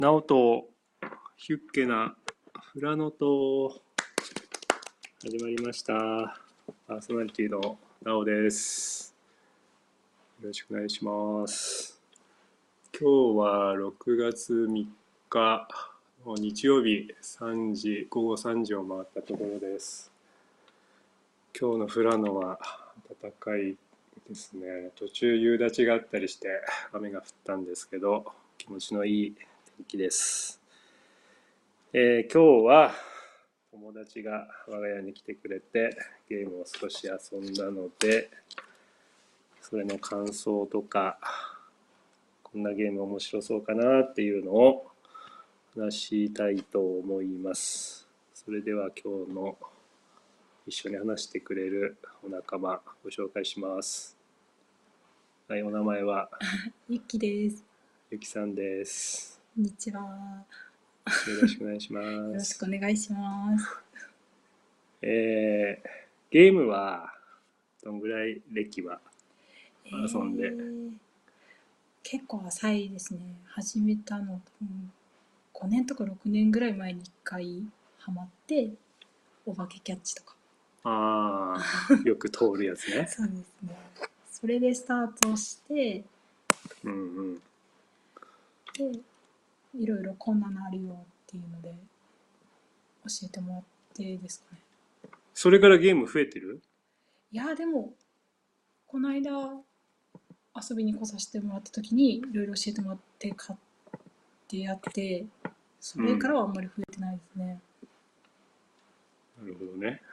ナオとヒュッケなフラノと始まりました。パーソナリティのナオです。よろしくお願いします。今日は6月3日の日曜日午後3時を回ったところです。今日の富良野は暖かいですね。途中夕立があったりして雨が降ったんですけど、気持ちのいい天気です。今日は友達が我が家に来てくれてゲームを少し遊んだので、それの感想とか、こんなゲーム面白そうかなっていうのを話したいと思います。それでは今日の一緒に話してくれるお仲間ご紹介します。はい、お名前はゆきです。 ゆきさんです。 こんにちは。 よろしくお願いします。 よろしくお願いします。 ゲームはどんぐらい歴は遊んで、 結構浅いですね。始めたの、5年とか6年ぐらい前に1回ハマって、お化けキャッチとか。 ああ、よく通るやつね。 そうですね。それでスタートして、で、いろいろこんなのあるよっていうので、教えてもらってですかね。 それからゲーム増えてる？ いや、でも、この間、遊びに来させてもらった時にいろいろ教えてもらって買ってやって、それからはあんまり増えてないですね。 なるほどね。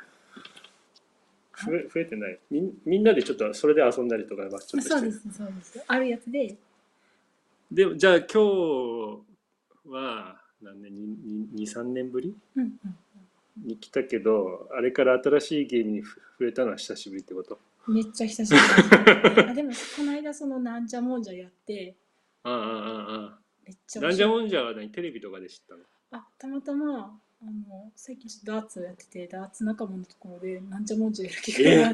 増えてない。みんなでちょっとそれで遊んだりとかはちょっとしてる。 そうですそうです。あるやつで。 でもじゃあ今日は何年2、3年ぶりに来たけど、あれから新しいゲームに触れたのは久しぶりってこと？ めっちゃ久しぶりです。でもこの間そのなんじゃもんじゃやって、めっちゃ面白い。 なんじゃもんじゃはテレビとかで知ったの？ たまたま最近ちょっとダーツをやってて、ダーツ仲間のところでなんじゃもんじゃやる機会があって、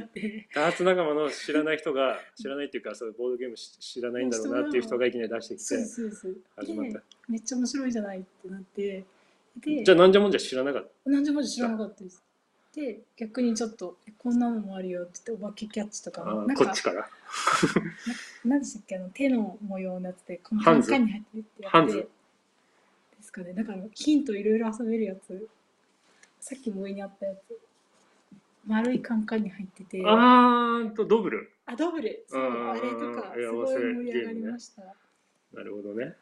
ダーツ仲間の知らない人が知らないっていうか、そういうボードゲーム知らないんだろうなっていう人がいきなり出してきて始まった。 めっちゃ面白いじゃないってなって、 でじゃあなんじゃもんじゃ知らなかった？ なんじゃもんじゃ知らなかったです。で逆にちょっとこんなのもあるよって言って、お化けキャッチとかもこっちから何でしたっけ、手の模様のやつでこのカンカンに入ってるってやつですかね。だからヒントいろいろ遊べるやつ、さっきも上にあったやつ、丸いカンカンに入ってて、 ドブル、 ドブル、そう、あれとかすごい盛り上がりました。 なるほどね。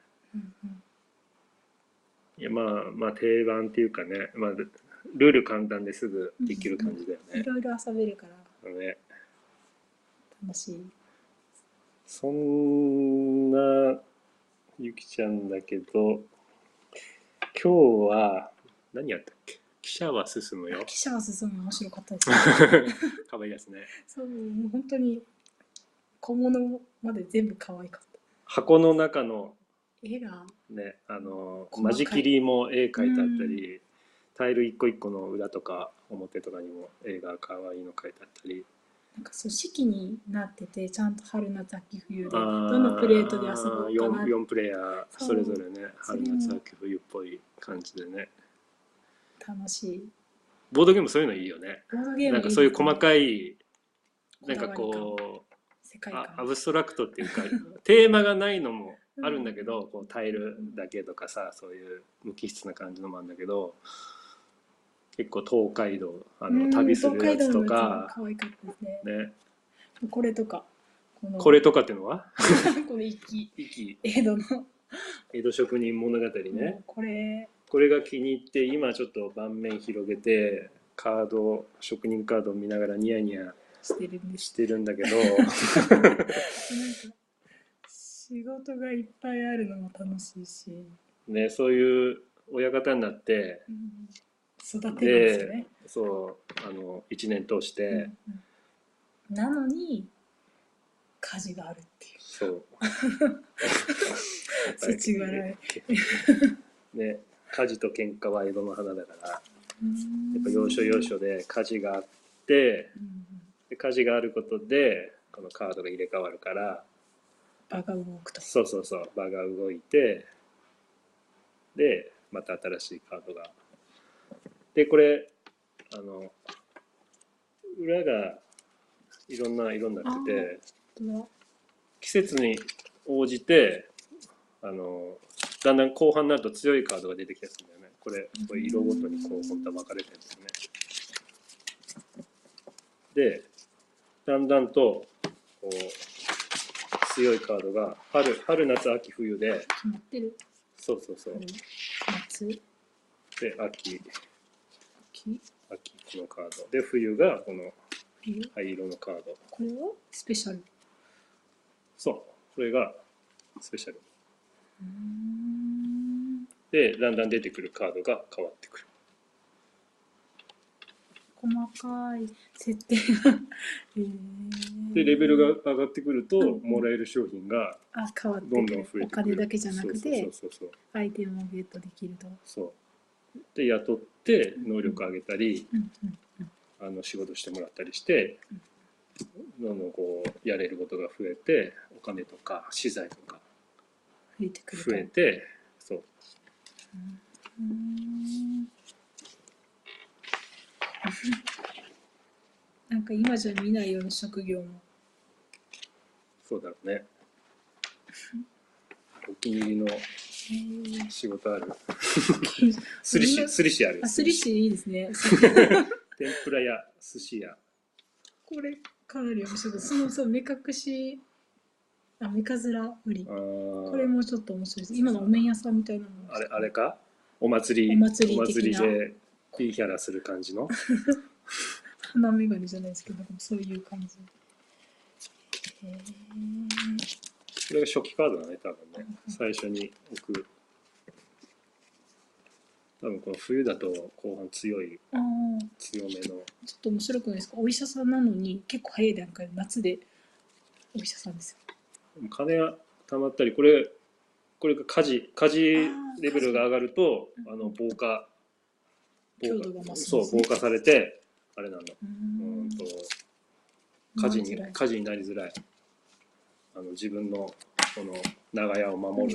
いやまあ定番っていうかね、まあルール簡単ですぐできる感じだよね。 いろいろ遊べるからね、 楽しい。 そんなゆきちゃんだけど、今日は何やったっけ？汽車は進むよ。 汽車は進む、面白かったですね。 可愛いですね。 そう、もう本当に小物まで全部可愛かった。 箱の中の絵がね、間仕切りも絵描いてあったり、タイル一個一個の裏とか表とかにも絵が可愛いの描いてあったり、 なんかそう四季になってて、ちゃんと春夏秋冬でどのプレートで遊ぼうかな。 4プレイヤーそれぞれね、春夏秋冬っぽい感じでね、 楽しい。 ボードゲームそういうのいいよね。 ボードゲームいいですね。 なんかそういう細かいなんかこうアブストラクトっていうかテーマがないのもあるんだけど、こうタイルだけとかさ、そういう無機質な感じのもあるんだけど、結構東海道旅するやつとか、 可愛かったですね。 これとかこれとかっていうのはこの息江戸職人物語ね。 これが気に入って、今ちょっと盤面広げて職人カードを見ながらニヤニヤしてるんだけどなんか仕事がいっぱいあるのも楽しいしね、そういう親方になって、 育てるんですよね。 そう1年通して、 なのに家事があるっていう。 そう世知辛いね、家事と喧嘩は江戸の花だから、やっぱ要所要所で家事があって、で家事があることでこのカードが入れ替わるから場が動くと。 そう場が動いて、 でまた新しいカードがでこれ裏がいろんな色になってて季節に応じてだんだん後半になると強いカードが出てきやすいんだよね。これ色ごとにこう本当は分かれてるんですよね。でだんだんとこう強いカードが春夏秋冬で決まってる。 そうそうそう。 夏で秋秋このカードで冬がこの灰色のカード。 これはスペシャル。 そうこれがスペシャル。でだんだん出てくるカードが変わってくる。 細かい設定がでレベルが上がってくると、もらえる商品が変わってどんどん増えてくる。 お金だけじゃなくてそうアイテムもゲットできると。 そうで雇って能力上げたり、仕事してもらったりして、どんどんこうやれることが増えてお金とか資材とか増えてくる増えてそうなんか今じゃ見ないような職業もそうだろうね。お気に入りの仕事あるすりしある。 すりしいいですね。 天ぷら屋寿司屋これかなり面白い。そう目隠し目かずら売りこれもちょっと面白いです。今のお面屋さんみたいなのあれかお祭りでピーヒャラする感じの鼻眼鏡じゃないですけどそういう感じ。 これが初期カードだね多分ね。最初に置く多分この冬だと後半強めのちょっと面白くないですか。お医者さんなのに結構早い段階で夏でお医者さんですよ。 金が貯まったりこれが火事レベルが上がると防火強度が増す、 そう防火されてあれなんだ火事になりづらい自分のこの長屋を守る。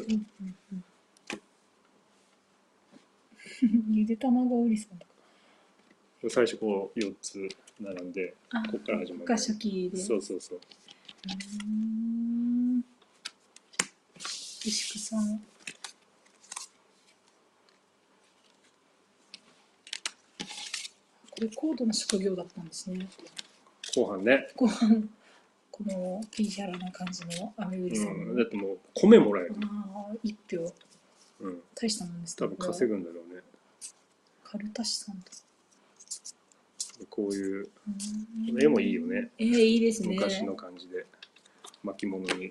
ゆで卵売りさんとか最初こう4つ並んでここから始まる。 初期でそう牛久さんこれ高度な職業だったんですね。 後半ねこのピーヒャラな感じの雨売りさん、 だってもう米もらえる。 1票、大したもんですね。 多分稼ぐんだろうね。 カルタシさんとこういう絵もいいよね。 いいですね。 昔の感じで巻物に。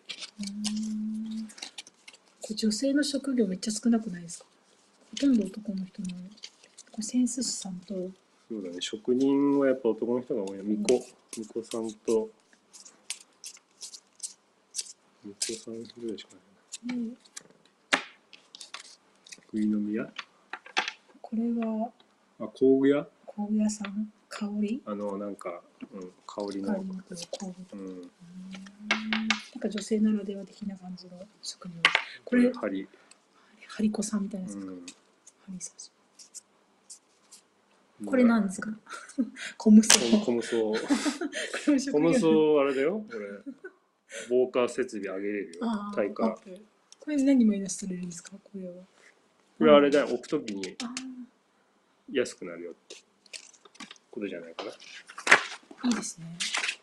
これ女性の職業めっちゃ少なくないですか。ほとんど男の人の。これ潜水士さんと。 そうだね。職人はやっぱ男の人が多い。巫女さんと巫女さんぐらいしかない。食い飲み屋。これは工具屋さん。香りなんか、香りのなんか女性ならでは的な感じの職業。これハリコさんみたいなやつか。ハリサシ。これなんですか。コムソあれだよ。これ防火設備上げれるよ。耐火。これ何マイナスされるんですか。これはあれだよ。置くときに安くなるよってことじゃないかな。 いいですね。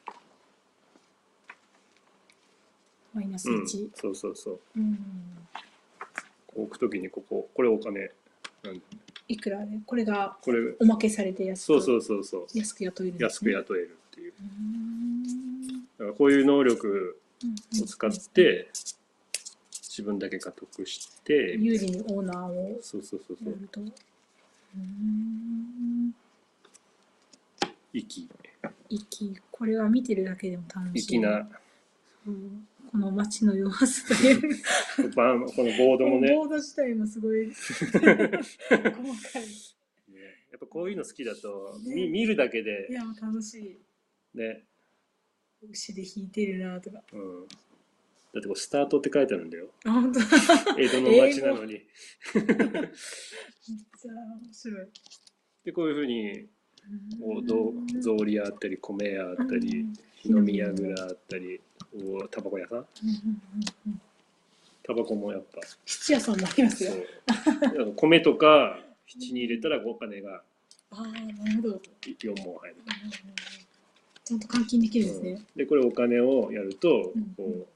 マイナス1。 そう。置くときにこれお金なんで。 いくらでこれがおまけされて安く安く雇える、 安く雇えるっていう。だからこういう能力を使って自分だけが得して有利にオーナーをそうやると。 粋これは見てるだけでも楽しい。 粋なこの街の様子というこのボードもね。 ボード自体もすごい細かい。やっぱこういうの好きだと、見るだけで。 いや楽しい。 ね。 牛で引いてるなとか。 だってこれスタートって書いてあるんだよ。 あ、本当だ。 江戸の町なのに。 めっちゃ面白い。 で、こういうふうに、草履屋あったり、米屋あったり、 うん火の宮蔵あったり、タバコ屋さんタバコもやっぱ。 質屋さんもありますよ。 そう。だから米とか、質に入れたらお金がああ、なるほど。 4文入る。 ちゃんと換金できるんですね。 で、これお金をやると、 うんこう、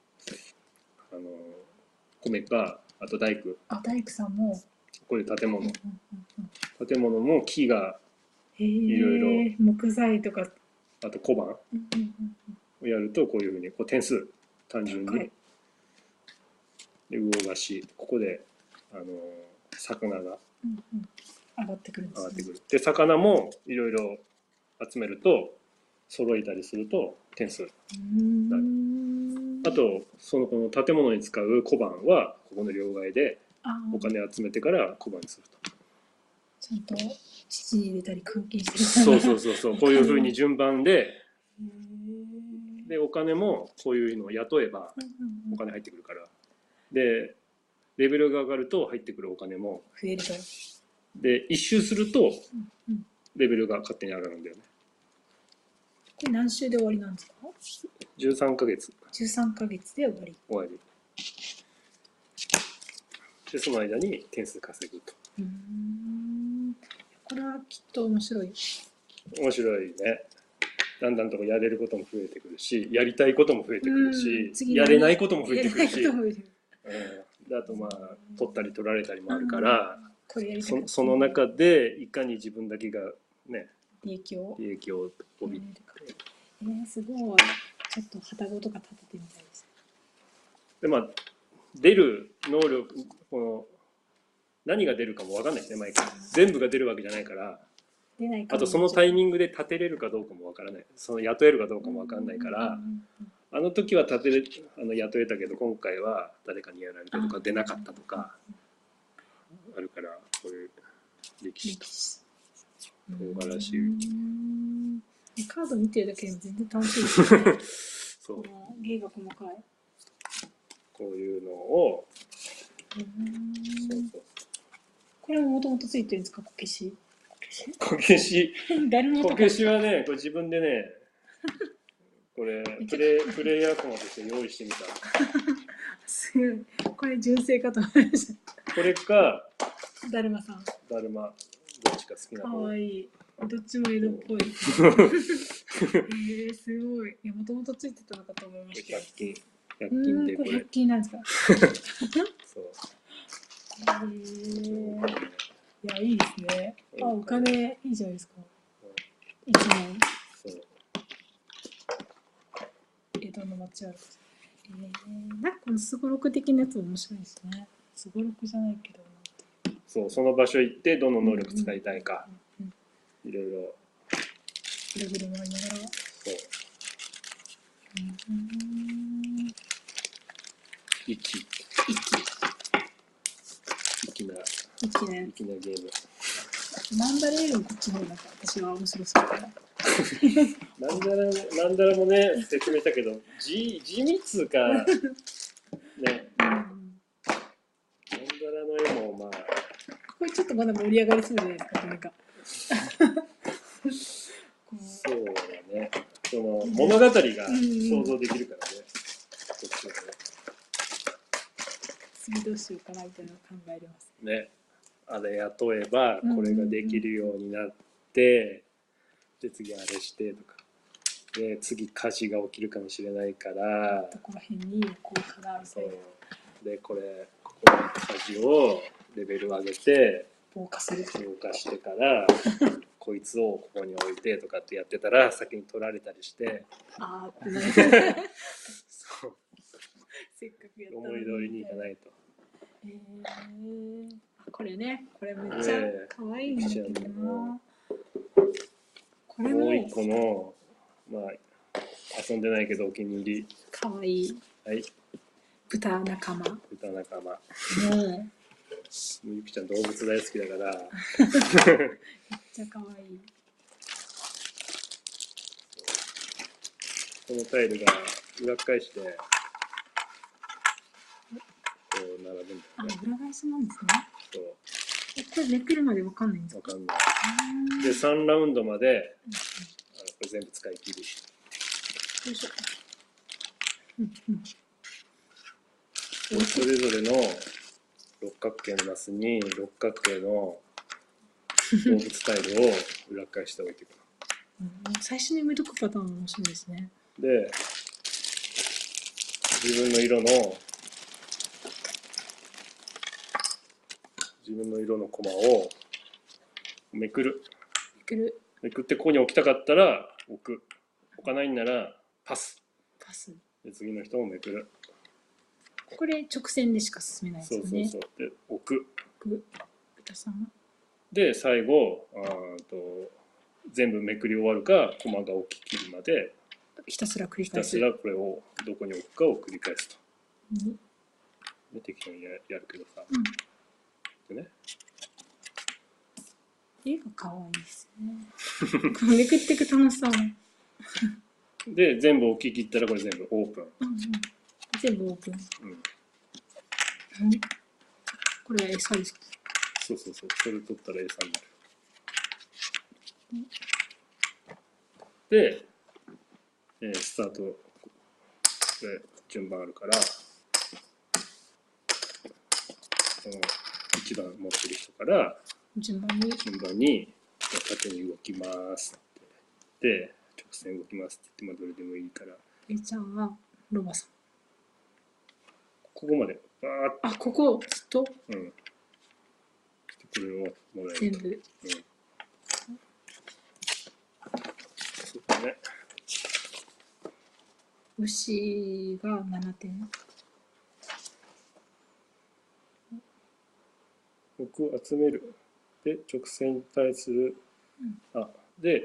米か、あと大工。 あ、大工さんも。 これ建物。 うん建物も木が、 へえ、 いろいろ木材とか。 あと小判をやると、こういうふうに、こう点数、単純に。で、魚菓子。ここで、魚が上がってくるんですね。 上がってくる。で、魚もいろいろ集めると、揃えたりすると点数。あと、この建物に使う小判は、ここの両替でお金集めてから小判にすると。 ちゃんと土に入れたり換金してる。 そう。こういうふうに順番で、で、お金もこういうのを雇えばお金入ってくるから。で、レベルが上がると入ってくるお金も増えると。 で、一周するとレベルが勝手に上がるんだよね。 これ何週で終わりなんですか ？13ヶ月。 13ヶ月で終わり。 終わり。で、その間に点数稼ぐと。 これはきっと面白い。 面白いね。だんだんとやれることも増えてくるし、やりたいことも増えてくるし、やれないことも増えてくるし、あとまあ取ったり取られたりもあるから、その中でいかに自分だけがね、利益を帯びて、 すごい。ちょっと旗ごとか立ててみたいです。 でまあ出る能力、この何が出るかも分かんないですね、毎回。全部が出るわけじゃないから。あとそのタイミングで立てれるかどうかも分からない。その雇えるかどうかも分かんないから、あの時は雇えたけど今回は誰かにやられたとか出なかったとかあるから、こういう歴史と唐辛子。 カード見てるだけでも全然楽しいですね。そう。芸が細かい。 こういうのを。 これももともとついてるんですか、こけし。 こけしはね、これ自分でね、これプレイヤーコマとして用意してみた。 すごい。これ純正かと思いました。 これかだるまさん。 だるま、どっちか好きな方。 かわいい。どっちも江戸っぽい。すごい。いや、もともとついてたのかと思いました。 100均でこれ100均なんですか。 そう。 いや、いいですね。お金いいじゃないですか。1年。江戸の街歩き。なんかこのすごろく的なやつも面白いですね。すごろくじゃないけど。 そう、その場所行ってどの能力使いたいか、いろいろレベルもありながら。そう。粋なゲーム。 マンダレールもこっちの方が私は面白そうかな。 マンダラもね、説明したけど、地味っつうか、ね、マンダラの絵もまあ、 これちょっとまだ盛り上がりそうじゃないですか、なんか。 そうだね。その物語が想像できるからね。こっちはね。 次どうしようかなみたいなのを考えますね。あれ雇えばこれができるようになって、で次あれしてとか。で次火事が起きるかもしれないから。 どこら辺にこうかなみたいな。 でここの火事をレベル上げて防火してからこいつをここに置いてとかってやってたら先に取られたりして。 あーってなる。 そう。 せっかくやったのに思い通りにいかないと。 これね、これめっちゃ可愛いんだけどな。これももう一個のまあ遊んでないけどお気に入り。 可愛い。 はい。 豚仲間。 ゆきちゃん動物大好きだから。 めっちゃ可愛い。 このタイルが裏返して並ぶんだよあ、 ね。 裏返しなんですね。 そうこれめくるまでわかんないんですか？ わかんない。で3ラウンドまでこれ全部使い切り。 よいしょ。うんうん。 それぞれの六角形のマスに六角形の動物タイルを裏返しておいていく最初に埋めとくパターン面白いですね。 で、自分の色のコマをめくる。めくってここに置きたかったら置く。置かないんならパス。で次の人もめくる。 これ直線でしか進めないですよね。 そうで置く。 豚さんで最後全部めくり終わるかコマが置き切るまでひたすら繰りひ返す。 たすらこれをどこに置くかを繰り返すと。で適当にやるけどさ。でね。 絵が可愛いですね。めくっていく楽しそう。 で全部置き切ったらこれ全部オープン。 全部オープン。これは餌ですか？ そう。それ取ったら餌になる。で、スタートこれ順番あるから、この1番持ってる人から順番に縦に動きますってで直線動きますって言って、どれでもいいから。 じゃあロバさんここまでバーッと。 ここずっと。 これをもらえると。 全部。 そうだね。 牛が7点。 僕集める。で直線に対する、で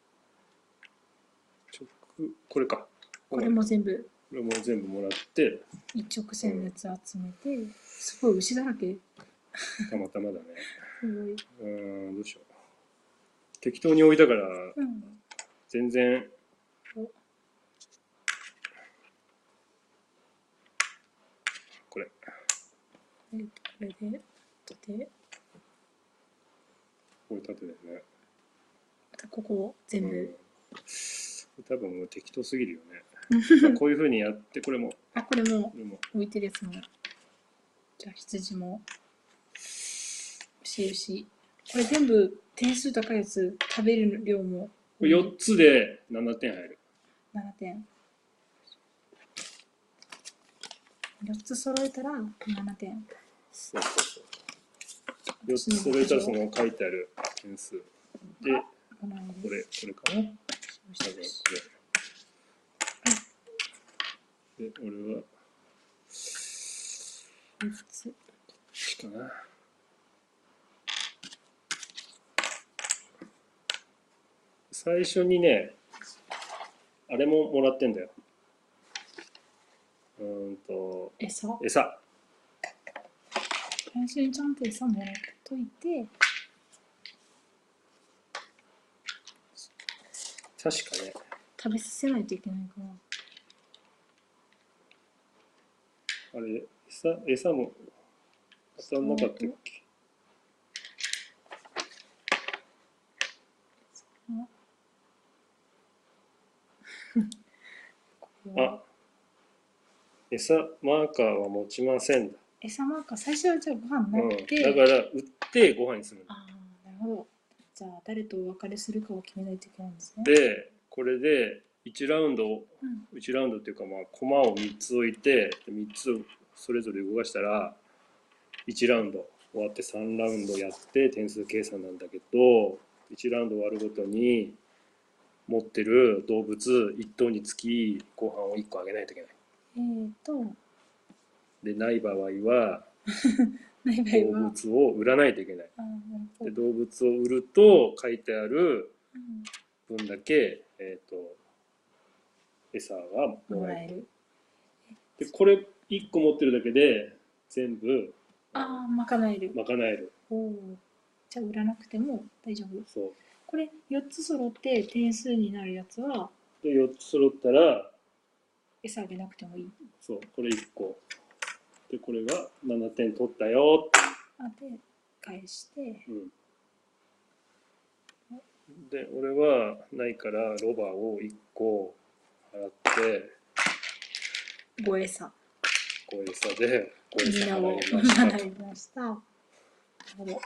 これか。 これも全部もらって一直線のやつ集めて、すごい牛だらけ。 たまたまだね。 すごい。 どうしよう。適当に置いたから、全然。これで縦。 これ縦だよね。 ここ全部。 多分もう適当すぎるよね。こういう風にやってこれも。 これも置いてるやつも。じゃあ羊も。牛。これ全部点数高いやつ食べる量も。 これ4つで7点入る。 7点。4つ揃えたら7点。 そう。4つ揃えたらその書いてある点数で、これかな。で、俺は 4つかな。最初にね、あれももらってんだよ。 餌。最初にちゃんと餌もらっといて。 確かね。 食べさせないといけないから。 あれ、餌も当たんなかったっけ？餌マーカーは持ちませんだ。 餌マーカー最初はじゃあご飯持って、 だから売ってご飯にするんだ。 なるほど。じゃあ誰とお別れするかを決めないといけないんですね。 でこれで1ラウンドっていうか駒を3つ置いて3つそれぞれ動かしたら1ラウンド終わって3ラウンドやって点数計算なんだけど、1ラウンド終わるごとに持ってる動物1頭につきご飯を1個あげないといけない。でない場合は動物を売らないといけない。で動物を売ると書いてある分だけ、餌がもらえる。でこれ1個持ってるだけで全部賄える。じゃあ売らなくても大丈夫。 そう。 これ4つ揃って点数になるやつはで4つ揃ったら餌あげなくてもいい。 そう、これ1個でこれが7点取ったよ。 で返して、 で俺はないからロバを1個払って 5餌 5餌で5餌を払いましたなるほど。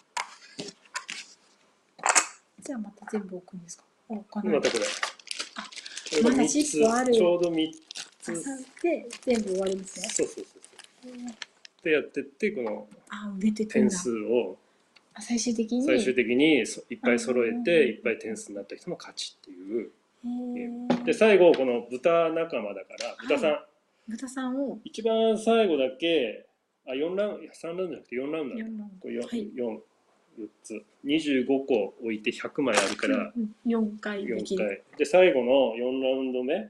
じゃあまた全部置くんですか？ またこれまだ10個ある。 ちょうど3つで全部終わりですね。 そうでやってってこの点数を最終的にいっぱい揃えていっぱい点数になった人の勝ちっていうゲームで、最後この豚仲間だから豚さんを一番最後だけ3ラウンドじゃなくて4ラウンド4つ25個置いて100枚あるから 4回できる。 で最後の4ラウンド目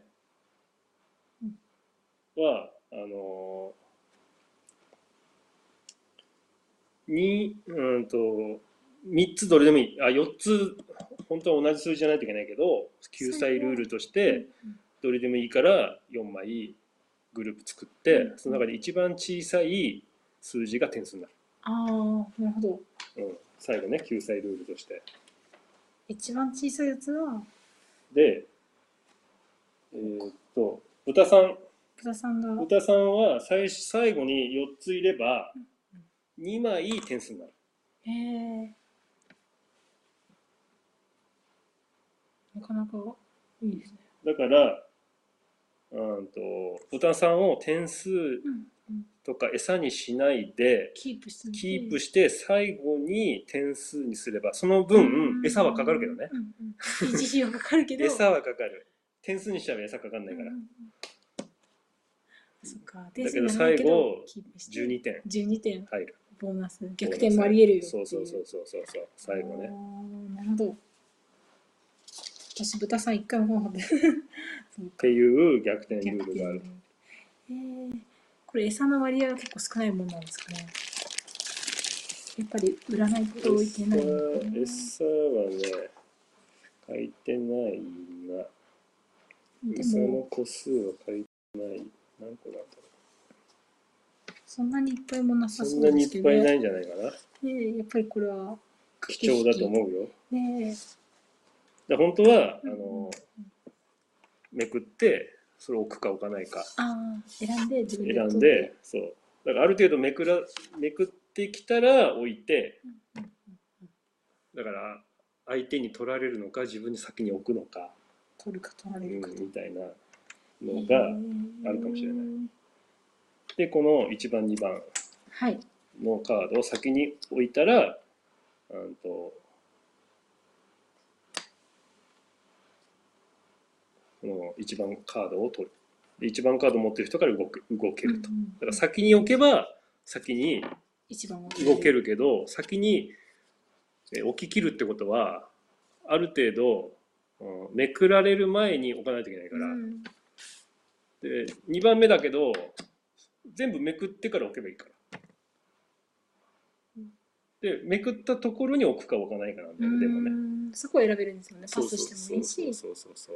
は3つどれでもいい4つ本当は同じ数字じゃないといけないけど救済ルールとしてどれでもいいから4枚グループ作ってその中で一番小さい数字が点数になる。 なるほど。 最後ね救済ルールとして一番小さいやつはで豚さんは最後に4ついれば2枚点数になる。 なかなかいいですね。 だから豚さんを点数とか餌にしないでキープして最後に点数にすればその分餌はかかるけどね。 維持費はかかるけど餌はかかる。点数にしちゃえば餌かかんないから。だけど最後12点入る。 ボーナス逆転もありえるよ。 そう最後ね。 なるほど。私豚さん1回も来なかったっていう逆転ルールがある。 これ餌の割合は結構少ないものなんですかね。やっぱり売らないといけないのかな。 餌はね書いてないな。餌の個数は書いてない。何個なんだろう。 そんなにいっぱいもなさそんなにいっぱいないんじゃないかな。 やっぱりこれは貴重だと思うよ。で本当はめくってそれを置くか置かないか選んでそうだからある程度めくってきたら置いてだから相手に取られるのか自分に先に置くのか取るか取られるかみたいなのがあるかもしれない。でこの1番2番のカードを先に置いたら1番カードを取る。1番カードを持ってる人から動けると。だから先に置けば先に動けるけど先に置き切るってことはある程度めくられる前に置かないといけないから。で2番目だけど全部めくってから置けばいいから。でめくったところに置くか置かないかなんだよね。でもねそこを選べるんですよね。パスしてもいいし。 そう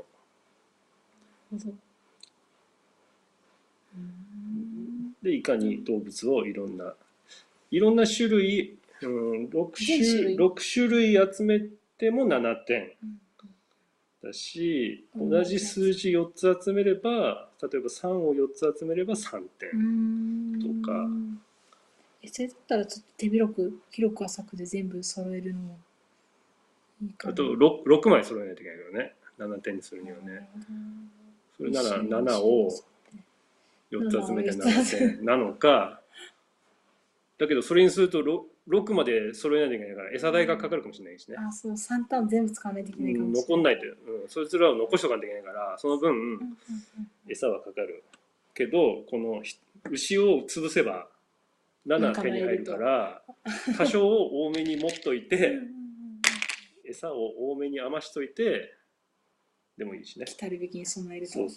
でいかに動物をいろんな種類、6種類集めても7点だし、同じ数字4つ集めれば例えば3を4つ集めれば3点とか。 それだったらちょっと手広く浅くで全部揃えるのもいいかな。 あと 6枚揃えないといけないけどね。7点にするにはね。それなら7を4つ集めて7点なのか。だけどそれにすると6まで揃えないといけないから餌代がかかるかもしれないしね。 そう3ターン全部使わないといけないかもしれない。 残んないと、そいつらを残しとかないといけないからその分餌はかかるけどこの牛を潰せば7手に入るから多少多めに持っといて餌を多めに余しといてでもいいしね。 来たるべきに備えると。 そう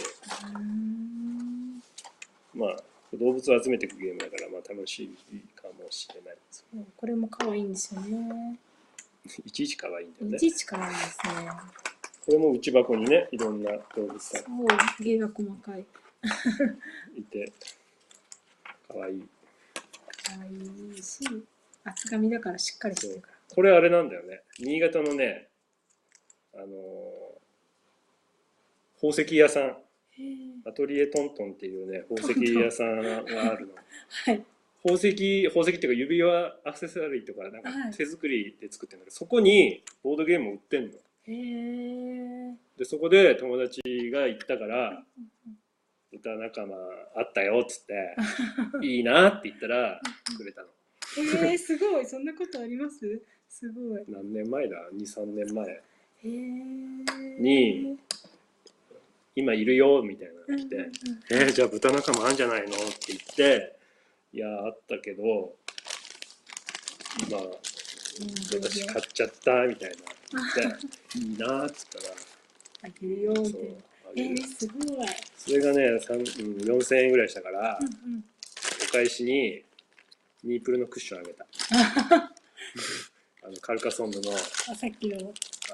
まあ動物を集めていくゲームだからまあ楽しいかもしれない。 これも可愛いんですよね。 いちいち可愛いんだよね。 いちいち可愛いですね。 これも内箱にねいろんな動物が芸が細かいいてかわいい。 かわいいし、厚紙だからしっかりしてるから。 これあれなんだよね。新潟のね、宝石屋さん、アトリエトントンっていうね、宝石屋さんがあるの。 はい。 宝石っていうか指輪アクセサリーとかなんかはい手作りで作ってるんだけど、そこにボードゲームを売ってんの。 へえ。 でそこで友達が行ったから歌仲間あったよっつっていいなって言ったらくれたの。 すごい。そんなことあります？すごい。 何年前だ ?2、3年前へえ。 に今いるよみたいなのが来て、じゃあ豚仲間あんじゃないのって言って、いやあったけどまあ私買っちゃったみたいな言っていいなっつったらあげるよみたいな。すごい。 それがね4000円ぐらいしたから、お返しにニープルのクッションあげた。カルカソンヌのさっきの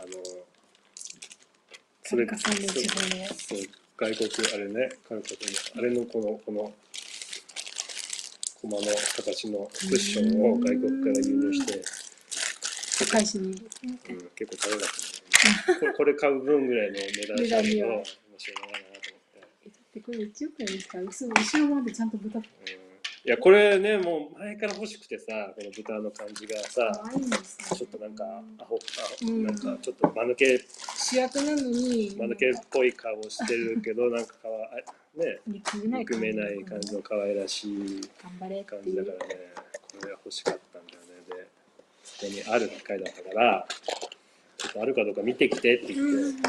それカルカソンヌ地方のそう外国あれねカルカソンヌあれのこのコマの形のクッションを外国から輸入してお返しに、 結構高かったね。これ買う分ぐらいの値段したけど面白いなと思って。 だってこれ1億円ですから後ろまでちゃんと豚、 いやこれねもう前から欲しくてさ、この豚の感じがさちょっとなんかなんかちょっと間抜け主役なのに間抜けっぽい顔してるけどなんかね憎めない感じの可愛らしい感じだからね、これが欲しかったんだよね。でそこにある機会だったからちょっとあるかどうか見てきてって言って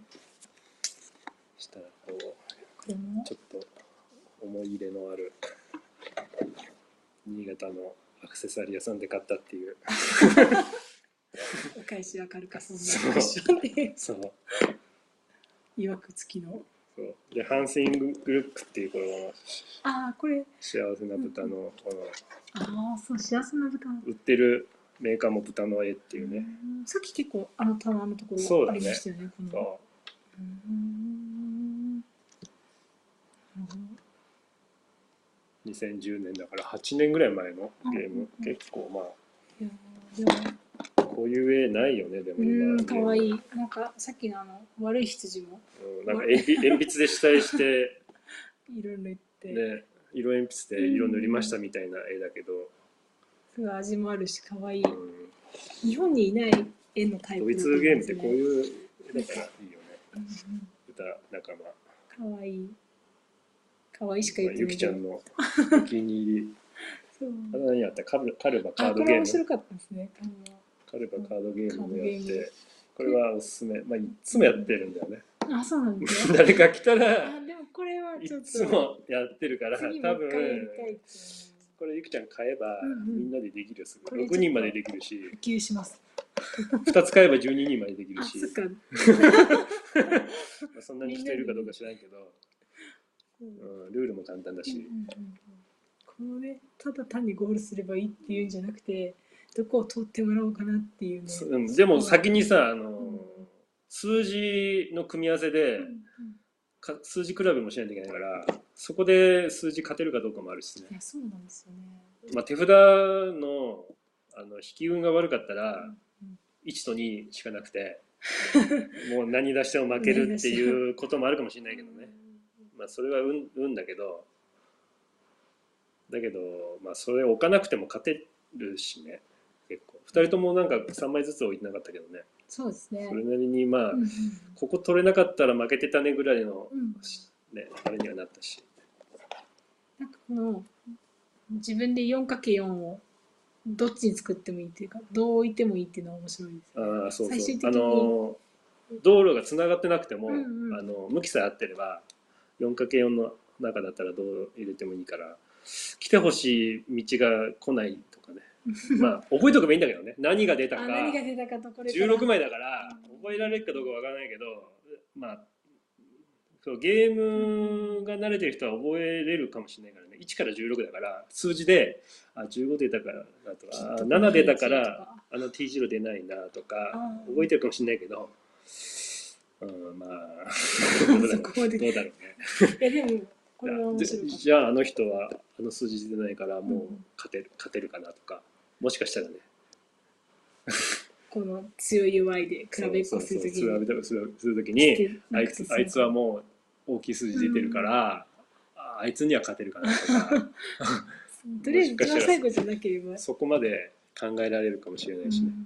したらこうちょっと思い入れのある新潟のアクセサリー屋さんで買ったっていうお返しはカルカソンヌの一緒でそういわくつきのそうでハンスイングルックっていうこれ幸せな豚のこのそう幸せな豚売ってるメーカーも豚の絵っていうね。 さっき結構棚のところありましたよね。 2010年だから8年ぐらい前のゲーム、結構まあこういう絵ないよね。でも今かわいい。なんかさっきの悪い羊も、 なんか鉛筆で下絵して色塗ってね、色鉛筆で色塗りましたみたいな絵だけど、 すごい味もあるしかわいい。日本にいない絵のタイプ。 ドイツゲームってこういう絵だからいいよね。歌仲間。 かわいい。かわいいしか言ってない。 ゆきちゃんのお気に入り。あれ何やったカルバカードゲーム。 これ面白かったですね。 カルバカードゲームもやって、これはおすすめ。まあいつもやってるんだよね。 そうなんですよ。 誰か来たらでもこれはちょっといつもやってるから多分これゆきちゃん買えばみんなでできるよ。すぐ6人までできるし。 普及します。 2つ買えば12人までできるし。そんなに人いるかどうか知らんけど、ルールも簡単だし。 このね、ただ単にゴールすればいいっていうんじゃなくて、どこを通ってもらおうかなっていうね。 でも先にさ数字の組み合わせで数字比べもしないといけないから、そこで数字勝てるかどうかもあるしね。 いやそうなんですよね。 まあ手札の引き運が悪かったら1と2しかなくてもう何出しても負けるっていうこともあるかもしれないけどね。まあそれは運だけど、まあそれを置かなくても勝てるしね。結構2人ともなんか3枚ずつ置いてなかったけどね。 そうですね。 それなりにまあ、ここ取れなかったら負けてたねぐらいの、ね、あれにはなったし。 なんかこの自分で 4×4 をどっちに作ってもいいっていうか、どう置いてもいいっていうのは面白いです、ね。 そう最終的に道路がつながってなくても、向きさえ合ってれば 4×4 の中だったらどう入れてもいいから、来てほしい道が来ないとかね。まあ覚えとけばいいんだけどね。何が出たか16枚だから覚えられるかどうかわからないけど、まあそうゲームが慣れてる人は覚えれるかもしれないからね。1から16だから数字で15出たからだとか7出たからT0 出ないなとか覚えてるかもしれないけど、まあどうだろうね。 いやでもこれは面白かった。 じゃああの人はあの数字出ないからもう勝てるかなとか、もしかしたらね、 この強い弱いで比べっこするときにする時にあいつはもう大きい数字出てるから、あいつには勝てるかなとかとりあえず一番最後じゃなければそこまで考えられるかもしれないしね。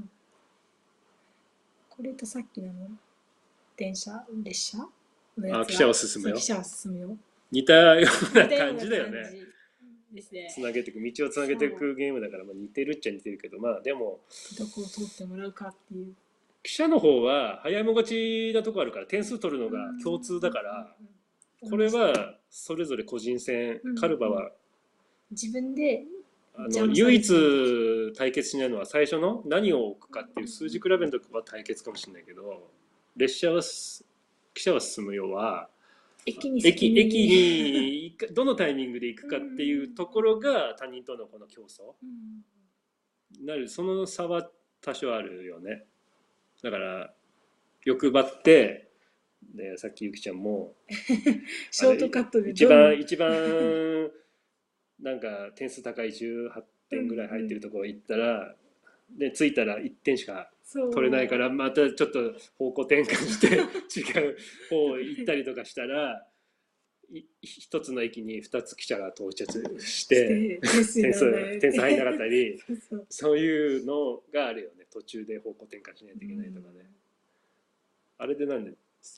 これとさっきの列車汽車は進むよ。 汽車は進むよ。 似たような感じだよね。 ですね。 つなげていく道をつなげていくゲームだから、まあ似てるっちゃ似てるけど、まあでもどこを通ってもらうかっていう。 汽車の方は早いも勝ちなとこあるから点数取るのが共通だから、これはそれぞれ個人戦、カルバは自分で唯一対決しないのは最初の何を置くかっていう数字比べのとこは対決かもしれないけど、汽車は進むよは駅にどのタイミングで行くかっていうところが他人とのこの競争なる。その差は多少あるよね。だから欲張ってで、さっきゆきちゃんもショートカットで一番なんか点数高い18点ぐらい入ってるところ行ったら、で着いたら1点しか取れないから、またちょっと方向転換して違う方行ったりとかしたら、一つの駅に2つ汽車が到着して点数入んなかったりそういうのがあるよね。途中で方向転換しないといけないとかね。あれでなんで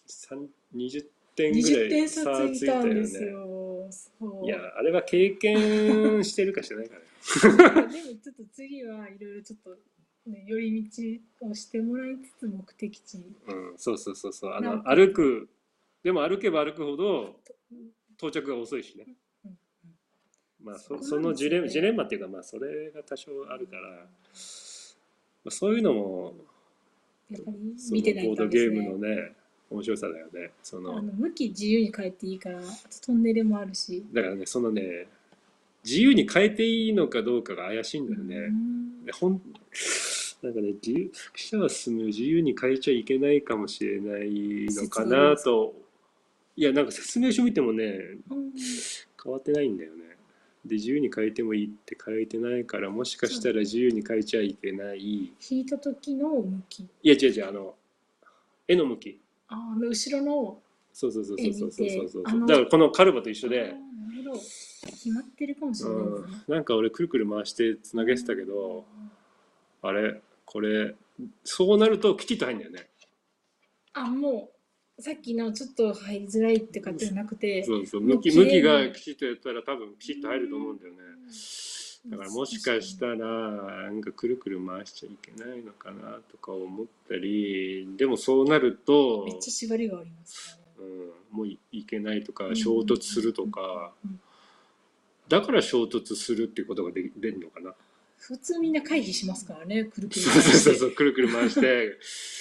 20点ぐらい差ついたよね。いやあれは経験してるかしてないからでもちょっと次はいろいろちょっと、ね、寄り道をしてもらいつつ目的地に、 そう歩く。でも歩けば歩くほど到着が遅いしね。まあそのジレンマっていうか、まあそれが多少あるから、まあ、そういうのもやっぱり見てないボードゲームのね面白さだよね。 向き自由に変えていいから、あとトンネルもあるし。 だからね、自由に変えていいのかどうかが怪しいんだよね。なんかね、汽車は進む自由に変えちゃいけないかもしれないのかなと。いやなんか説明書見てもね、変わってないんだよね。で自由に変えてもいいって書いてないから、もしかしたら自由に変えちゃいけない。 引いた時の向き。いや違う絵の向き。 後ろのそうだからこのカルバと一緒で、 なるほど、決まってるかもしれないですね。 なんか俺くるくる回してつなげてたけど、あれこれそうなるときちっと入るんだよね。 もうさっきのちょっと入りづらいってかじゃなくて、 向きがきちっとやったら多分きちっと入ると思うんだよね。だからもしかしたらなんかくるくる回しちゃいけないのかなとか思ったり、でもそうなるとめっちゃ縛りがありますね。 もういけないとか衝突するとか、だから衝突するっていうことが出るのかな。 普通みんな回避しますからね、くるくる回してくるくる回して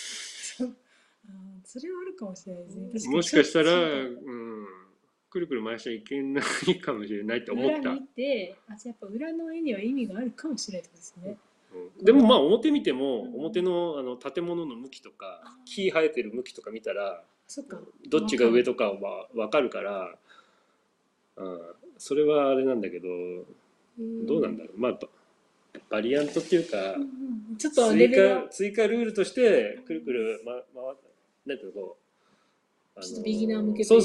それはあるかもしれないですね。 もしかしたらくるくる回しちゃいけないかもしれないって思った。 裏見て、やっぱ裏の絵には意味があるかもしれないですね。 でもまあ表見ても、表の建物の向きとか木生えてる向きとか見たらどっちが上とかは分かるから、それはあれなんだけど、どうなんだろう。まあバリアントっていうか、 ちょっと追加ルールとしてくるくるなんていうのこうビギナー向けそう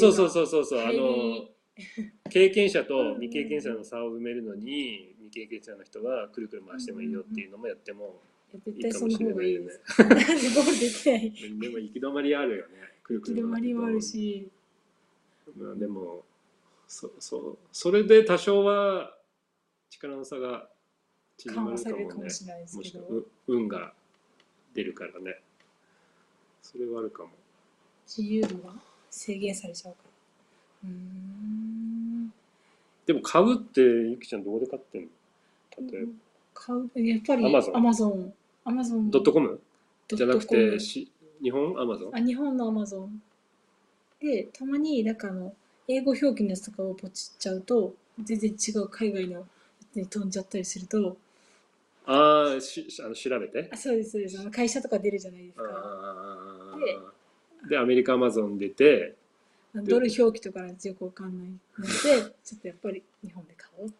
経験者と未経験者の差を埋めるのに、未経験者の人はくるくる回してもいいよっていうのもやってもいいかもしれないよね。でも行き止まりあるよね。 行き止まりもあるし、 でもそれで多少は力の差が縮まるかもね。もしくは運が出るからね。それはあるかも。 自由度が制限されちゃうから。 でも買うってゆきちゃんどこで買ってんの？例えば買う、やっぱりアマゾン .com じゃなくて日本アマゾン？ 日本のアマゾンで、たまになんか英語表記のやつとかをポチっちゃうと全然違う海外のやつに飛んじゃったりすると、 調べて。 そうですそうです。会社とか出るじゃないですか。 でアメリカアマゾン出て、 ドル表記とかなんてよくわかんないので、ちょっとやっぱり日本で買おうって。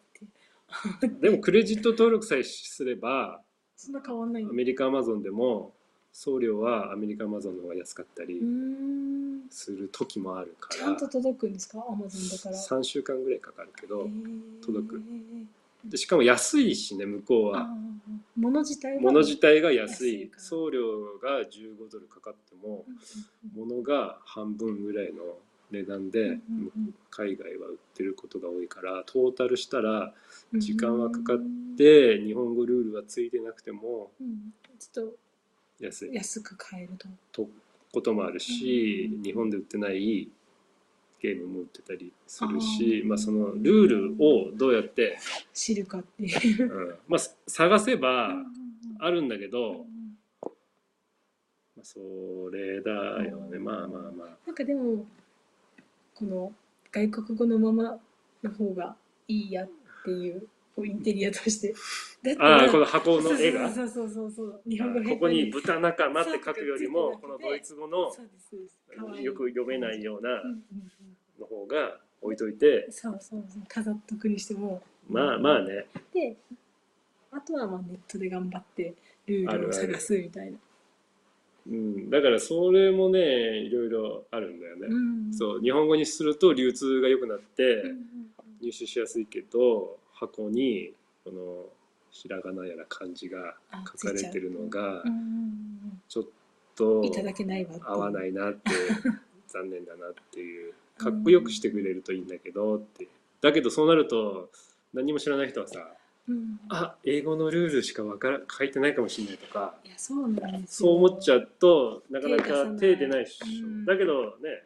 でもクレジット登録さえすればそんな変わんないアの？ メリカアマゾンでも送料はアメリカアマゾンの方が安かったりする時もあるから、 ちゃんと届くんですか？アマゾンだから。 3週間ぐらいかかるけど届く。でしかも安いしね、向こうは物自体が安い。送料が15ドルかかっても物が半分ぐらいの値段で海外は売ってることが多いから、トータルしたら時間はかかって日本語ルールはついてなくてもちょっと安く買えるとこともあるし、日本で売ってないゲームも売ってたりするし、まあ、そのルールをどうやって知るかっていう、 まあ、探せばあるんだけど、まあ、それだよね。まあまあまあ、 なんかでもこの外国語のままの方がいいやっていうインテリアとしてああ、この箱の絵が日本語ここに豚仲間って書くよりもこのドイツ語のよく読めないようなの方が置いといて、 飾っとくにしてもまあまあね。 であとはまあネットで頑張ってルールを探すみたいな。 だからそれもねいろいろあるんだよね。そう日本語にすると流通が良くなって入手しやすいけど、箱にこのひらがなやら漢字が書かれてるのがちょっと合わないなって残念だなっていう。かっこよくしてくれるといいんだけどって。だけどそうなると何も知らない人はさ、英語のルールしか書いてないかもしれないとか、そう思っちゃうとなかなか手出ないでしょ。だけどね、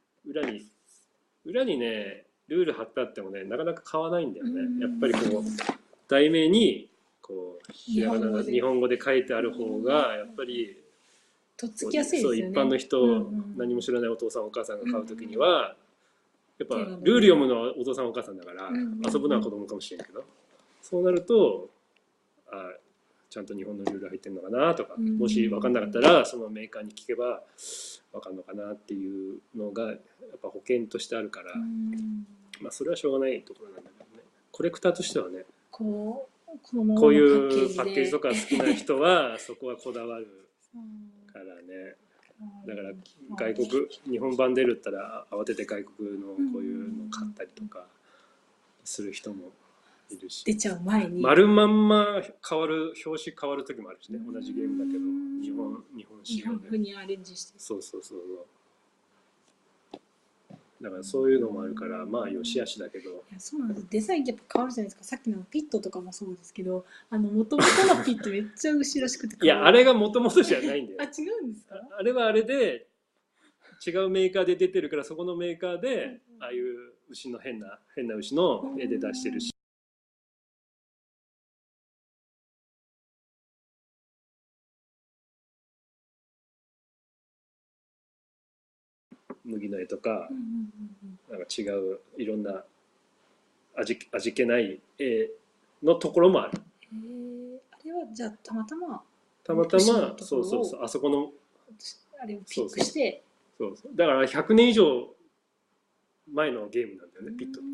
裏にねルール貼ってあってもねなかなか買わないんだよね。やっぱりこう題名にこうひらがなが日本語で書いてある方がやっぱりとっつきやすいですよね。 そう一般の人、何も知らないお父さんお母さんが買うときには、やっぱルール読むのはお父さんお母さんだから、遊ぶのは子供かもしれんけど、そうなるとちゃんと日本のルール入ってるのかなとか、もし分かんなかったらそのメーカーに聞けば分かんのかなっていうのがやっぱ保険としてあるから、まあそれはしょうがないところなんだけどね。コレクターとしてはね、こういうパッケージとか好きな人はそこはこだわるからね。だから日本版出るったら慌てて外国のこういうの買ったりとかする人もいるし、 出ちゃう前に丸まんま表紙変わる時もあるしね。同じゲームだけど日本仕様で風にアレンジして、 そうだからそういうのもあるからまあよしあしだけど、いやそうなんです。デザインやっぱ変わるじゃないですか。さっきのピットとかもそうですけど、もともとのピットめっちゃ後ろしくていやあれがもともとじゃないんだよ違うんですか？ あれはあれで違うメーカーで出てるから、そこのメーカーでああいう牛の変な牛の絵で出してるし、麦の絵とか、なんか違ういろんな味気ない絵のところもある。 あれはじゃあたまたまそうあそこのあれをピックしてそうだから100年以上前のゲームなんだよねピットって。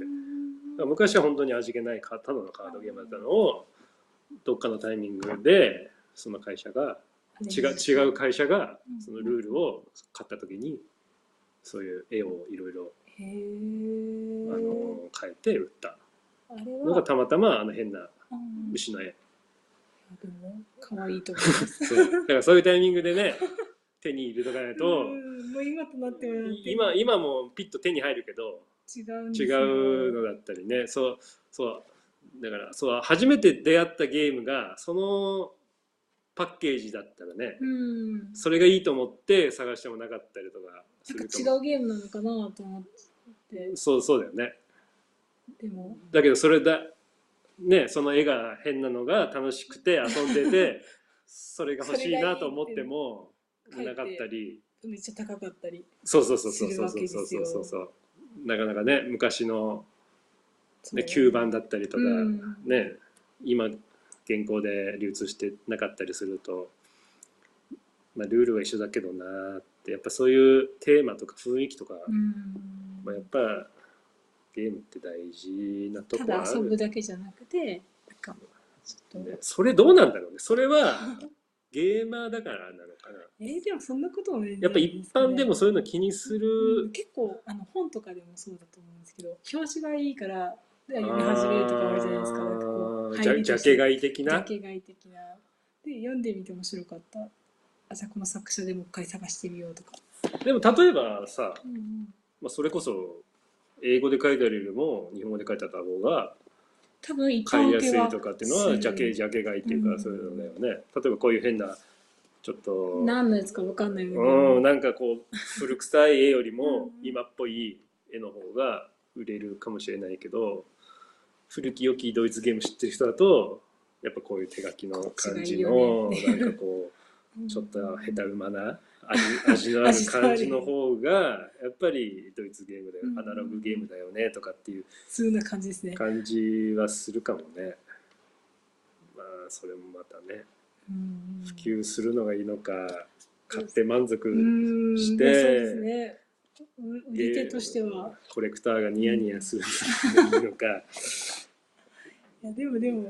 昔は本当に味気ないただのカードゲームだったのをどっかのタイミングでその会社が違う会社がそのルールを買った時にそういう絵をいろいろ変えて売ったのがたまたま変な牛の絵。 でも可愛いと思います。 そうだからそういうタイミングでね手に入れとかないともう今となっては今もピッと手に入るけど違うのだったりね。そうだから初めて出会ったゲームがそのパッケージだったらね、それがいいと思って探してもなかったりとかするかも。 違うゲームなのかなと思って。 そうだよね。だけどそれだね、その絵が変なのが楽しくて遊んでてそれが欲しいなと思ってもなかったり、 めっちゃ高かったりそうなかなかね昔の、ね、吸盤だったりとか、ね今現行で流通してなかったりすると、まあ、ルールは一緒だけどなってやっぱそういうテーマとか雰囲気とかまあ、やっぱゲームって大事なとこたはある。 だ遊ぶだけじゃなくて、なんかちょっと、 ね、それどうなんだろうね。それはゲーマーだからなのかな。 でもそんなこともないんじやっぱゃないですかね。 一般でもそういうの気にする。 結構本とかでもそうだと思うんですけど、表紙がいいから読み始めるとかあるじゃないですか。なんかこうジャケ買い的ジな。 ャケ買い的な。で読んでみて面白かった。じゃあこの作者でもう一回探してみようとか。 でも例えばさ、 うんうん、 まあ、それこそ英語で書いてあるよりも日本語で書いてあった方が多分一買いやす般受けはいとかっていうのはジャケ買いっていうか、そういうのだよね。例えばこういう変なちょっと何のやつか分かんないので、なんかこう古臭い絵よりも今っぽい絵の方が売れるかもしれないけど、古き良きドイツゲーム知ってる人だとやっぱこういう手書きの感じの、なんかこうちょっと下手うまな味のある感じの方がやっぱりドイツゲームだよ、アナログゲームだよねとかっていうそういう感じですね。 感じはするかもね。まあそれもまたね、普及するのがいいのか、買って満足して、そうですね、 売り手としてはコレクターがニヤニヤするのがいいのか。 いやでもね、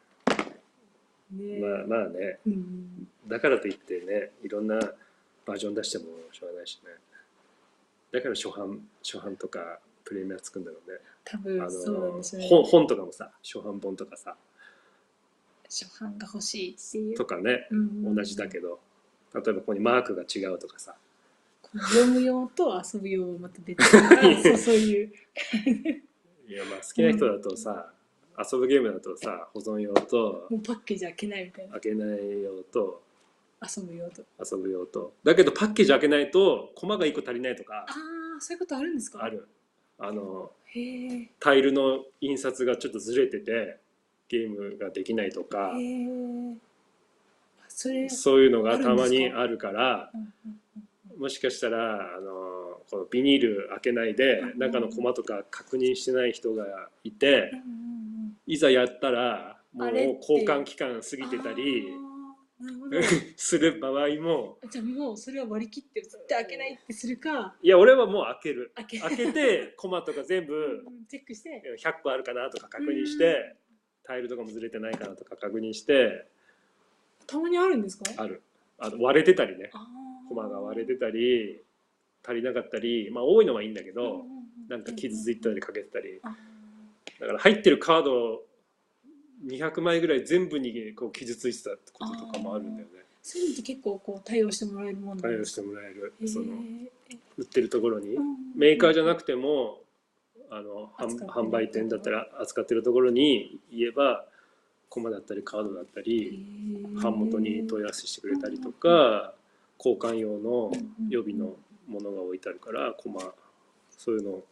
まあね、だからといってね、いろんなバージョン出してもしょうがないしね。だから初版とかプレミアつくんだろうね。 多分そうなんですよね。 本とかもさ、初版本とかさ、 初版が欲しいっていうとかね、同じだけど、例えばここにマークが違うとかさ、 読む用と遊ぶ用はまた別だからそういう。 いやまあ好きな人だとさ、遊ぶゲームだとさ、保存用ともうパッケージ開けないみたいな。 開けない用と遊ぶ用と。 だけどパッケージ開けないとコマが1個足りないとか。 ああ、そういうことあるんですか？ ある。 へえ。 タイルの印刷がちょっとずれててゲームができないとか。 へえ。 そういうのがたまにあるから、もしかしたらこのビニール開けないで中のコマとか確認してない人がいて、いざやったらもう交換期間過ぎてたりする場合も、 じゃあもうそれは割り切って絶対開けないってするか。 いや俺はもう開けてコマとか全部チェックして 100個あるかなとか確認して、タイルとかもずれてないかなとか確認して。 たまにあるんですか？ ある。割れてたりね、コマが割れてたり足りなかったり、まあ多いのはいいんだけど、なんか傷ついたりかけてたり、だから入ってるカード200枚ぐらい全部にこう傷ついてたこととかもあるんだよね。 そういうのって結構こう対応してもらえるもんなんですか？ 対応してもらえる。その売ってるところに、メーカーじゃなくても販売店だったら扱ってるところに言えば、コマだったりカードだったり版元に問い合わせしてくれたりとか、交換用の予備のものが置いてあるからコマ、そういうの、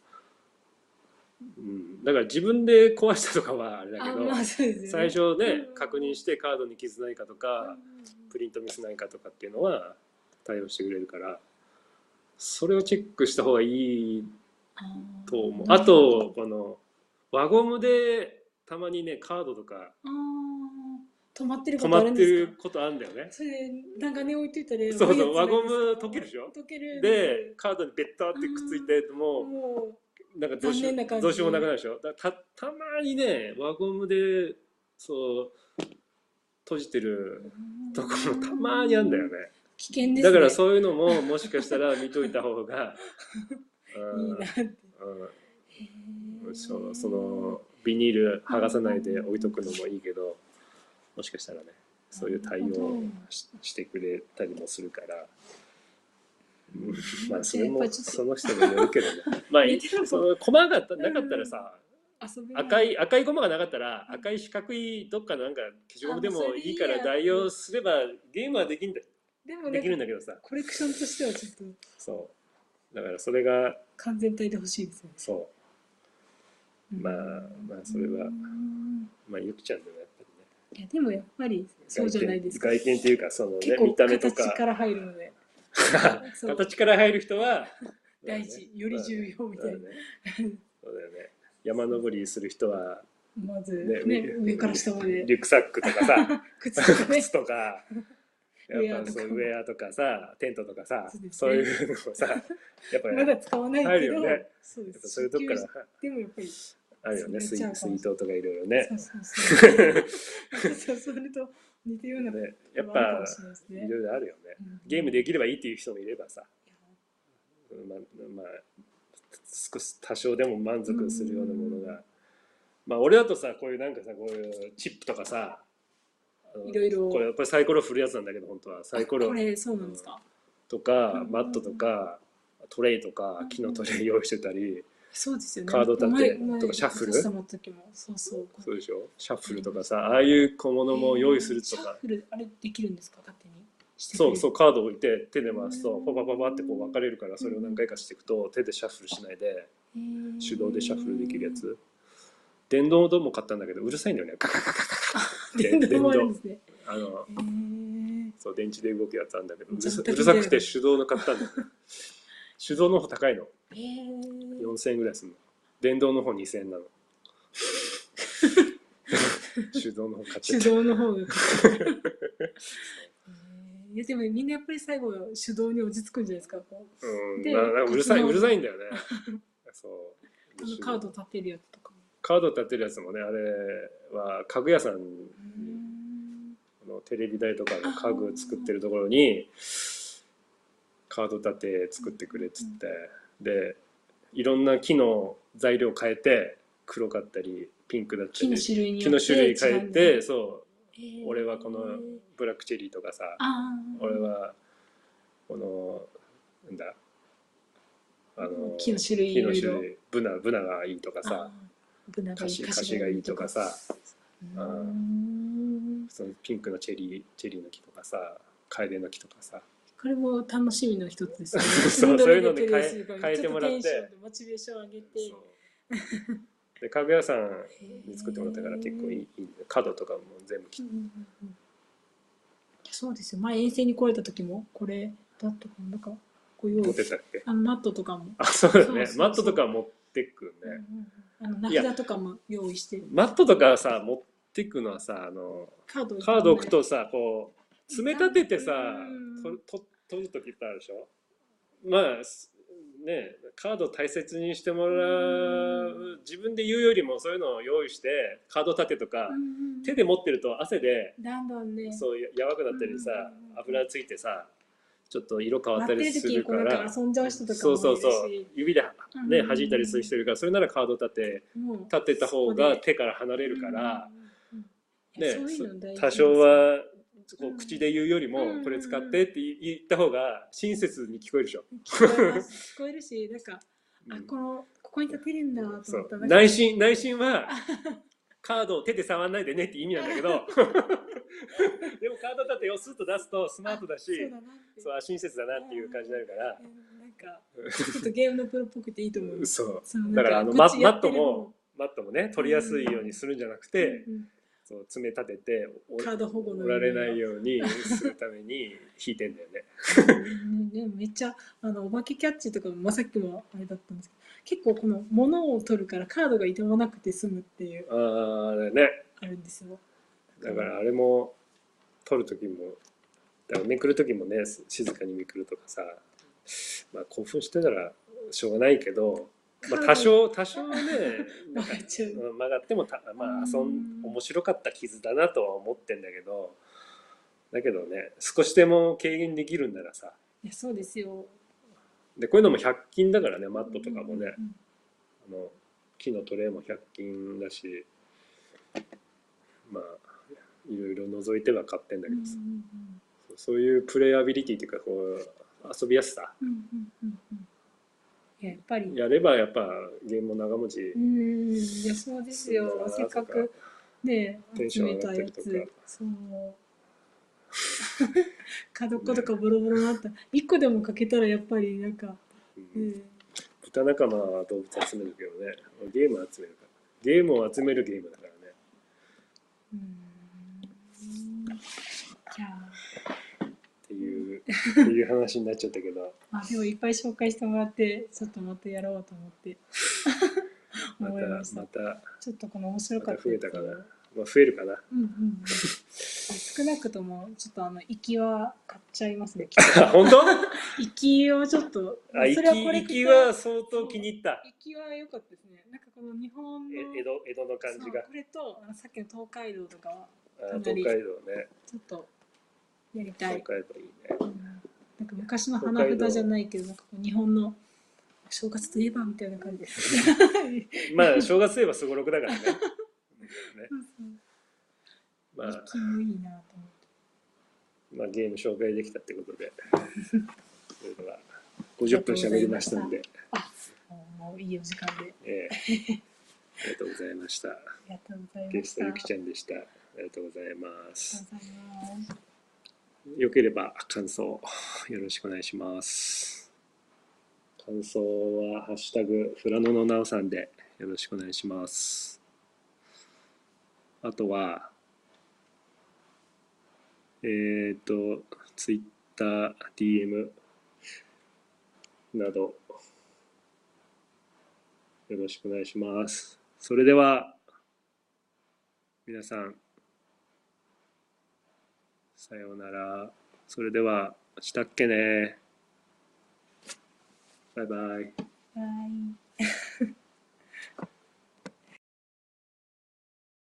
だから自分で壊したとかはあれだけど、最初ね確認してカードに傷ないかとかプリントミスないかとかっていうのは対応してくれるから、それをチェックした方がいいと思う。あとこの輪ゴムでたまにねカードとか止まってることあるんだよね。 それでなんかね置いといたら、 そう輪ゴム溶けるでしょ。でカードにベッタってくっついてもうなんかどうしようもなくなるでしょ。たまにね輪ゴムでそう閉じてるところたまにあるんだよね。 危険ですね。 だからそういうのももしかしたら見といた方がいいなって。 そのビニール剥がさないで置いとくのもいいけど、もしかしたらねそういう対応をしてくれたりもするから、まあそれもその人によるけどね。まあそのコマがなかったらさ、赤いゴマがなかったら赤い四角いどっかのなんか消しゴムでもいいから代用すればゲームはできるんだけどさ、 コレクションとしてはちょっとそうだからそれが完全体で欲しいですよね。 そうまあそれはまあゆきちゃんでもやっぱりね。 いやでもやっぱりそうじゃないですか。 外見っていうかそのね見た目とか形から入るので形から入る人は大事、より重要みたいな。 そうだよね。山登りする人はまずね上から下までリュックサックとかさ靴とかやっぱそうウェアとかさ、テントとかさ、 そうですねそういうのをさ、やっぱりまだ使わない入けど、 るよね。 そうです。 やっぱそういうとこからでもやっぱりあるよね、 それやっちゃうかもしれない水筒とかいろいろね。 そうそうそうそれと似たようなね、 やっやっぱぱかもしれないですね。 いろいろあるよね。 うんゲームできればいいっていう人もいればさ、 いやまあ少し多少でも満足するようなものが、まあ俺だとさ、こういうなんかさ、こういうチップとかさ、 いろいろこれサイコロ振るやつなんだけど、本当はサイコロこれそうなんですか。 とかマットとかトレイとか木のトレイ用意してたり、 そうですよね。 カード立て前とかシャッフルそうそう。 そうでしょ、シャッフルとかさ、ああいう小物も用意するとかシャッ、フルあれできるんですか、勝手にしてくれる。 そうそう、カードを置いて手で回すとパパパパってこう分かれるから、それを何回かしていくと手でシャッフルしないで手動でシャッフルできるやつ。電動のも買ったんだけどうるさいんだよね、カカカカカカって電動もあるんですね。 そう電池で動くやつあるんだけどうるじゃあさくて手動の買ったんだよね。手動の方高いの、 4000 4000円ぐらいするの。電動の方2000円なの。手動の方買っちゃった。 手動の方がいやでもみんなやっぱり最後は手動に落ち着くんじゃないですか。こうでなんかうるさいんだよね。そうカード立てるやつとかも。 カード立てるやつもね、あれは家具屋さんにテレビ台とかの家具作ってるところにカード立て作ってくれっつって、でいろんな木の材料変えて黒かったりピンクだったり木の種類変えて、そう俺はこのブラックチェリーとかさ、俺はこのなんだ木の種類ブナがいいとかさ、カシがいいとかさ、そのピンクのチェリーの木とかさ、カエデの木とかさ、 これも楽しみの一つですよね。 そういうので変えてもらって、 モチベーション上げて。 で家具屋さんに作ってもらったから結構いい角とかも全部切って、 そうですよ。前遠征に来れた時もこれだとかなんかこう用意持ってたっけ？ マットとかも。 あ、そうだね。マットとか持ってくね。 名札とかも用意して。 マットとかさ持ってくのはさ、カード置くとさ、こう詰め立ててさ取る時ってあるでしょ。まあね、カード大切にしてもらう、自分で言うよりもそういうのを用意してカード立てとか、手で持ってると汗でだんだんね、 そうやばくなったりさ、油ついてさちょっと色変わったりするから、 遊んじゃう人とかもそう指でね弾いたりする人いるから、それならカード立てた方が手から離れるから、ね、多少はこう口で言うよりもこれ使ってって言った方が親切に聞こえるでしょ。 聞こえるし、なんかここに立てるんだと思ったら、 内心はカードを手で触らないでねって意味なんだけどでもカード立てをスッと出すとスマートだし、そう親切だなっていう感じになるから、 なんかちょっとゲームのプロっぽくていいと思う。 そうだからマットもね取りやすいようにするんじゃなくて、そう詰め立ててカード保護の折られないようにするために引いてんだよね。 めっちゃお化けキャッチとかもさっきもあれだったんですけど、結構この物を取るからカードが傷まなくて済むっていうあるんですよ。 だからあれも取る時もだからめくる時もね静かにめくるとかさ、まあ興奮してたらしょうがないけど、まあ、多少ね曲がってもまあ面白かった傷だなとは思ってんだけど、だけどね少しでも軽減できるんならさ。 いやそうですよ。 でこういうのも100均だからね、マットとかもね、木のトレイも100均だし、まあいろいろ覗いては買ってんだけどさ、そういうプレイアビリティっていうかこう遊びやすさ、 やっぱりやればやっぱゲームも長持ち。 いやそうですよ。せっかくね集めたやつ、そう角っことかボロボロになった1個でもかけたらやっぱりなんか、 豚仲間は動物集めるけどね、ゲーム集めるから、ゲームを集めるゲームだからね。 じゃあっていう話になっちゃったけどでもいっぱい紹介してもらってちょっとまたやろうと思って思いました。 またちょっとこの面白かった増えたかな、増えるかな。 少なくともちょっと行きは買っちゃいますね。 本当？ 行きをちょっと、 行きは相当気に入った。 行きは良かったですね。なんかこの日本の江戸の感じが。 これとさっきの東海道とかは東海道ね。 ちょっとやりたい。 東海道いいね。 なんか昔の花札じゃないけど、なんか日本の正月といえばみたいな感じです。 まあ正月といえばすごろくだからね。 まあ、行きもいいなと思って。 まあゲーム紹介できたってことで、それでは50分喋りましたので、 もういいお時間で。 ありがとうございました。 ありがとうございました。 ゲストゆきちゃんでした。ありがとうございます。よければ感想よろしくお願いします。感想はハッシュタグフラノのなおさんでよろしくお願いします。あとはツイッター DM などよろしくお願いします。それでは皆さんさようなら。それではしたっけね。バイバイ。 バイ。